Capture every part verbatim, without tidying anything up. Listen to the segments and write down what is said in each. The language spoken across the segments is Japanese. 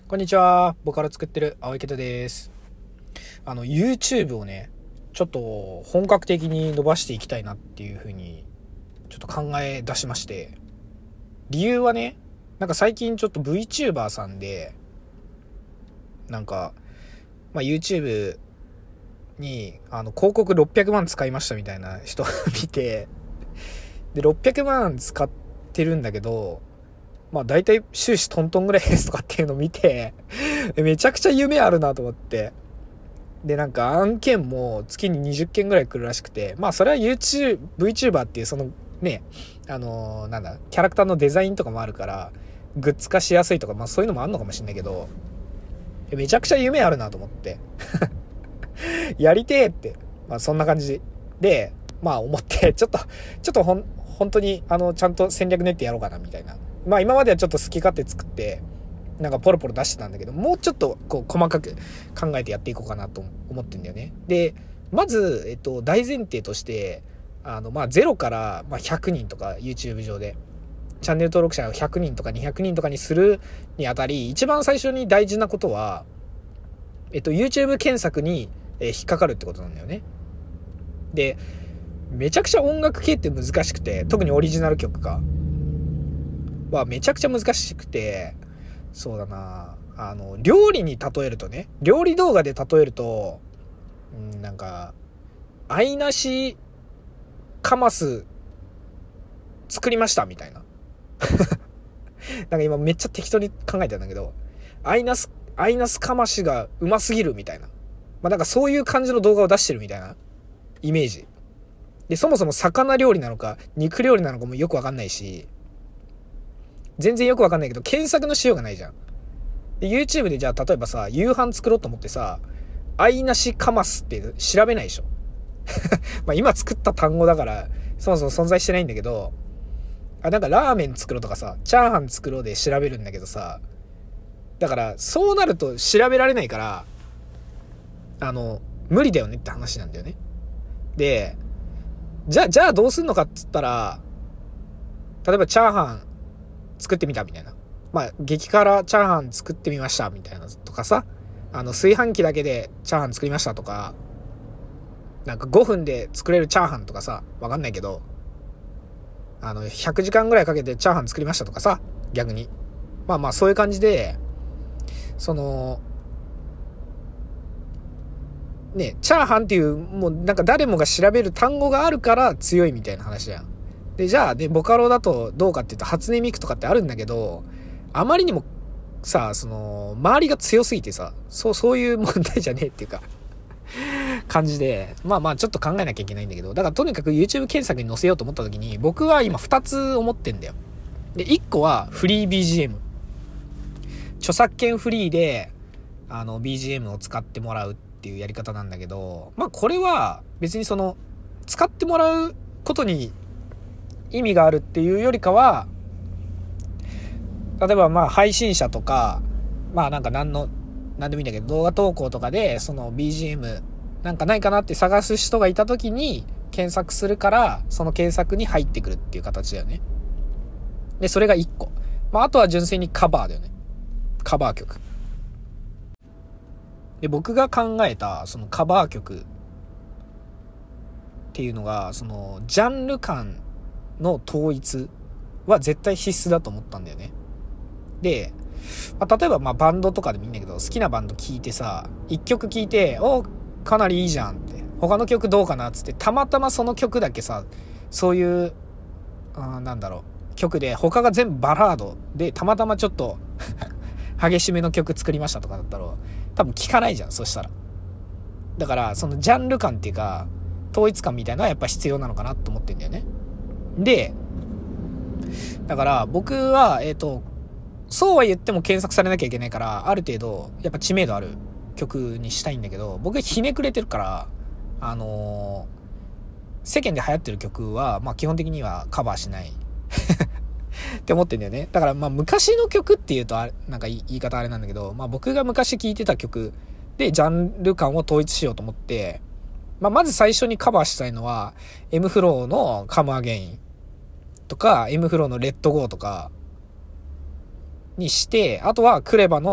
こんにちは。ボカロ作ってる青池田です。あの YouTube をね、ちょっと本格的に伸ばしていきたいなっていう風にちょっと考え出しまして、理由はね、なんか最近ちょっと VTuber さんでなんか、まあ、YouTube にあの広告ろっぴゃくまん使いましたみたいな人見て、でろっぴゃくまん使ってるんだけど、まあ大体収支トントンぐらいですとかっていうのを見てめちゃくちゃ夢あるなと思って、でなんか案件も月ににじゅっけんぐらい来るらしくて、まあそれは YouTube VTuber っていうそのね、あのー、なんだキャラクターのデザインとかもあるからグッズ化しやすいとか、まあそういうのもあるのかもしれないけど、めちゃくちゃ夢あるなと思ってやりてーって、まあそんな感じでまあ思ってちょっとちょっとほん本当にあのちゃんと戦略練ってやろうかなみたいな。まあ今まではちょっと好き勝手作ってなんかポロポロ出してたんだけど、もうちょっとこう細かく考えてやっていこうかなと思ってんだよね。でまず、えっと、大前提としてあのまあゼロからまあひゃくにんとか YouTube 上でチャンネル登録者をひゃくにんとかにひゃくにんとかにするにあたり、一番最初に大事なことは、えっと、YouTube 検索に引っかかるってことなんだよね。でめちゃくちゃ音楽系って難しくて、特にオリジナル曲かはめちゃくちゃ難しくて、そうだな、あの料理に例えるとね、料理動画で例えると、うん、なんか愛なしカマス作りましたみたいななんか今めっちゃ適当に考えてるんだけど、アイナスアイナスカマシがうますぎるみたいな、まあなんかそういう感じの動画を出してるみたいなイメージで、そもそも魚料理なのか肉料理なのかもよくわかんないし、全然よくわかんないけど検索のしようがないじゃん。で YouTube でじゃあ例えばさ、夕飯作ろうと思ってさ、愛なしカマスって調べないでしょまあ今作った単語だからそもそも存在してないんだけど、あなんかラーメン作ろうとかさ、チャーハン作ろうで調べるんだけどさ、だからそうなると調べられないから、あの無理だよねって話なんだよね。でじゃあじゃあどうすんのかっつったら、例えばチャーハン作ってみたみたいな、まあ激辛チャーハン作ってみましたみたいなとかさ、あの炊飯器だけでチャーハン作りましたとか、なんかごふんで作れるチャーハンとかさ、わかんないけど、あのひゃくじかんぐらいかけてチャーハン作りましたとかさ、逆にまあまあそういう感じで、そのね、チャーハンっていうもうなんか誰もが調べる単語があるから強いみたいな話だよ。でじゃあね、ボカロだとどうかって言うと初音ミクとかってあるんだけど、あまりにもさ、その周りが強すぎてさ、そうそういう問題じゃねえっていうか感じで、まあまあちょっと考えなきゃいけないんだけど、だからとにかく YouTube 検索に載せようと思った時に、僕は今ふたつ思ってんだよ。でいっこはフリー ビージーエム、 著作権フリーであの ビージーエム を使ってもらうっていうやり方なんだけど、まあこれは別にその使ってもらうことに意味があるっていうよりかは、例えばまあ配信者とか、まあなんか何の何でもいいんだけど動画投稿とかでその ビージーエム なんかないかなって探す人がいた時に検索するから、その検索に入ってくるっていう形だよね。でそれがいっこ、まああとは純粋にカバーだよね、カバー曲で、僕が考えたそのカバー曲っていうのが、そのジャンル間の統一は絶対必須だと思ったんだよね。で、まあ、例えばまあバンドとかでもいいんだけど、好きなバンド聴いてさ、いっきょく聴いて、おかなりいいじゃんって、他の曲どうかなっつって、たまたまその曲だけさ、そういうあなんだろう曲で、他が全部バラードでたまたまちょっと激しめの曲作りましたとかだったら多分聴かないじゃん。そしたらだからそのジャンル感っていうか統一感みたいなのはやっぱ必要なのかなと思ってんだよね。でだから僕はえっとそうは言っても検索されなきゃいけないから、ある程度やっぱ知名度ある曲にしたいんだけど、僕はひねくれてるから、あのー、世間で流行ってる曲はまあ基本的にはカバーしないって思ってんだよね。だからまあ昔の曲っていうとあれなんか言い方あれなんだけど、まあ僕が昔聴いてた曲でジャンル感を統一しようと思って、まあまず最初にカバーしたいのは M フローの Come Again とか M フローの Let Go とかにして、あとはクレバの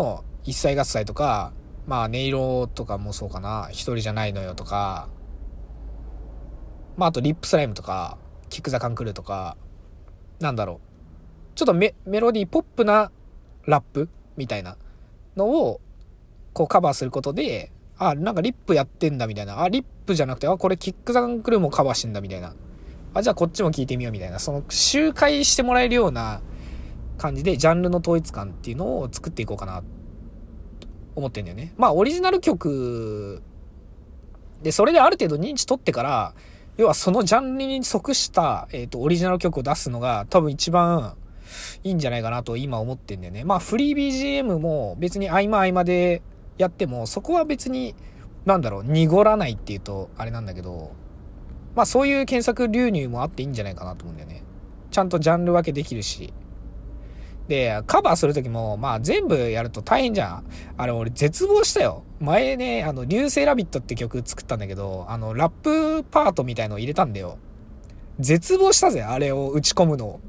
一切合切とか、まあ音色とかもそうかな、一人じゃないのよとか、まああとリップスライムとか、キックザカンクルーとか、なんだろう。ちょっとメ、メロディーポップなラップみたいなのをこうカバーすることで、あ、なんかリップやってんだみたいな。あ、リップじゃなくて、あ、これキックザカンクルーもカバーしてんだみたいな。あ、じゃあこっちも聞いてみようみたいな。その周回してもらえるような感じでジャンルの統一感っていうのを作っていこうかなと思ってんだよね。まあオリジナル曲でそれである程度認知取ってから、要はそのジャンルに即した、えーと、オリジナル曲を出すのが多分一番いいんじゃないかなと今思ってんだよね。まあフリー ビージーエム も別に合間合間でやってもそこは別になんだろう濁らないっていうとあれなんだけど、まあそういう検索流入もあっていいんじゃないかなと思うんだよね。ちゃんとジャンル分けできるし。で、カバーするときも、まあ全部やると大変じゃん。あれ俺絶望したよ。前ね、あの、流星ラビットって曲作ったんだけど、あの、ラップパートみたいのを入れたんだよ。絶望したぜ、あれを打ち込むの。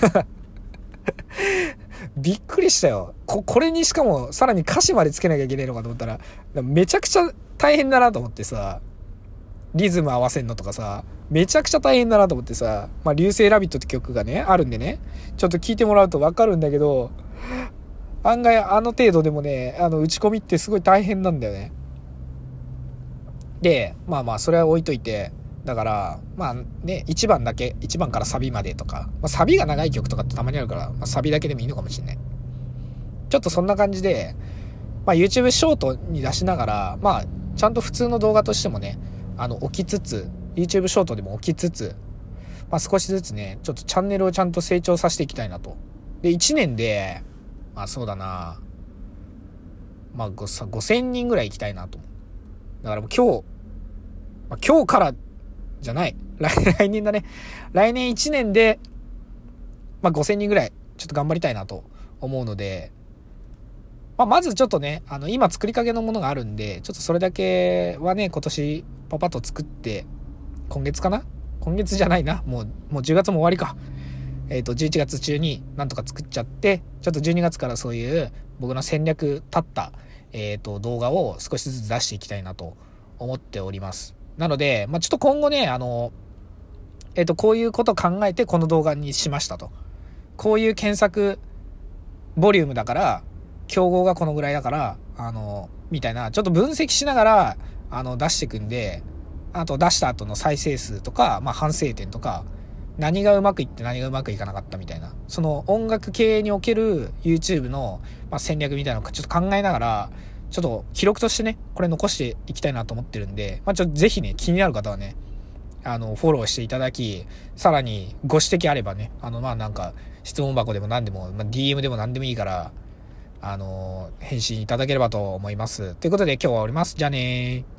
びっくりしたよ。こ、これにしかもさらに歌詞までつけなきゃいけないのかと思ったら、めちゃくちゃ大変だなと思ってさ、リズム合わせんのとかさ、めちゃくちゃ大変だなと思ってさ、まあ、流星ラビットって曲がね、あるんでね、ちょっと聞いてもらうとわかるんだけど、案外あの程度でもね、あの、打ち込みってすごい大変なんだよね。で、まあまあ、それは置いといて、だから、まあね、いちばんだけ、いちばんからサビまでとか、まあ、サビが長い曲とかってたまにあるから、まあ、サビだけでもいいのかもしれない。ちょっとそんな感じで、まあ、YouTube ショートに出しながら、まあ、ちゃんと普通の動画としてもね、あの、置きつつ、YouTube ショートでも置きつつ、まあ、少しずつね、ちょっとチャンネルをちゃんと成長させていきたいなと。で、いちねんで、まあそうだな、まあごせんにんぐらい行きたいなと思う。だからもう今日、まあ、今日からじゃない、来来年だね。来年いちねんで、まあごせんにんぐらい、ちょっと頑張りたいなと思うので、まあ、まずちょっとね、あの、今作りかけのものがあるんで、ちょっとそれだけはね、今年パパッと作って、今月かな今月じゃないな。もう、もうじゅうがつも終わりか。えっと、じゅういちがつ中になんとか作っちゃって、ちょっとじゅうにがつからそういう僕の戦略立った、えっと、動画を少しずつ出していきたいなと思っております。なので、まあ、ちょっと今後ね、あの、えっと、こういうことを考えてこの動画にしましたと。こういう検索ボリュームだから、競合がこのぐらいだから、あの、みたいな、ちょっと分析しながら、あの、出していくんで、あと出した後の再生数とか、まあ反省点とか、何がうまくいって何がうまくいかなかったみたいな、その音楽系における YouTube の、まあ、戦略みたいなのをちょっと考えながら、ちょっと記録としてね、これ残していきたいなと思ってるんで、まあちょっとぜひね、気になる方はね、あの、フォローしていただき、さらにご指摘あればね、あの、まあなんか、質問箱でも何でも、まあ、ディーエム でも何でもいいから、あの、返信いただければと思います。ということで今日は終わります。じゃあねー。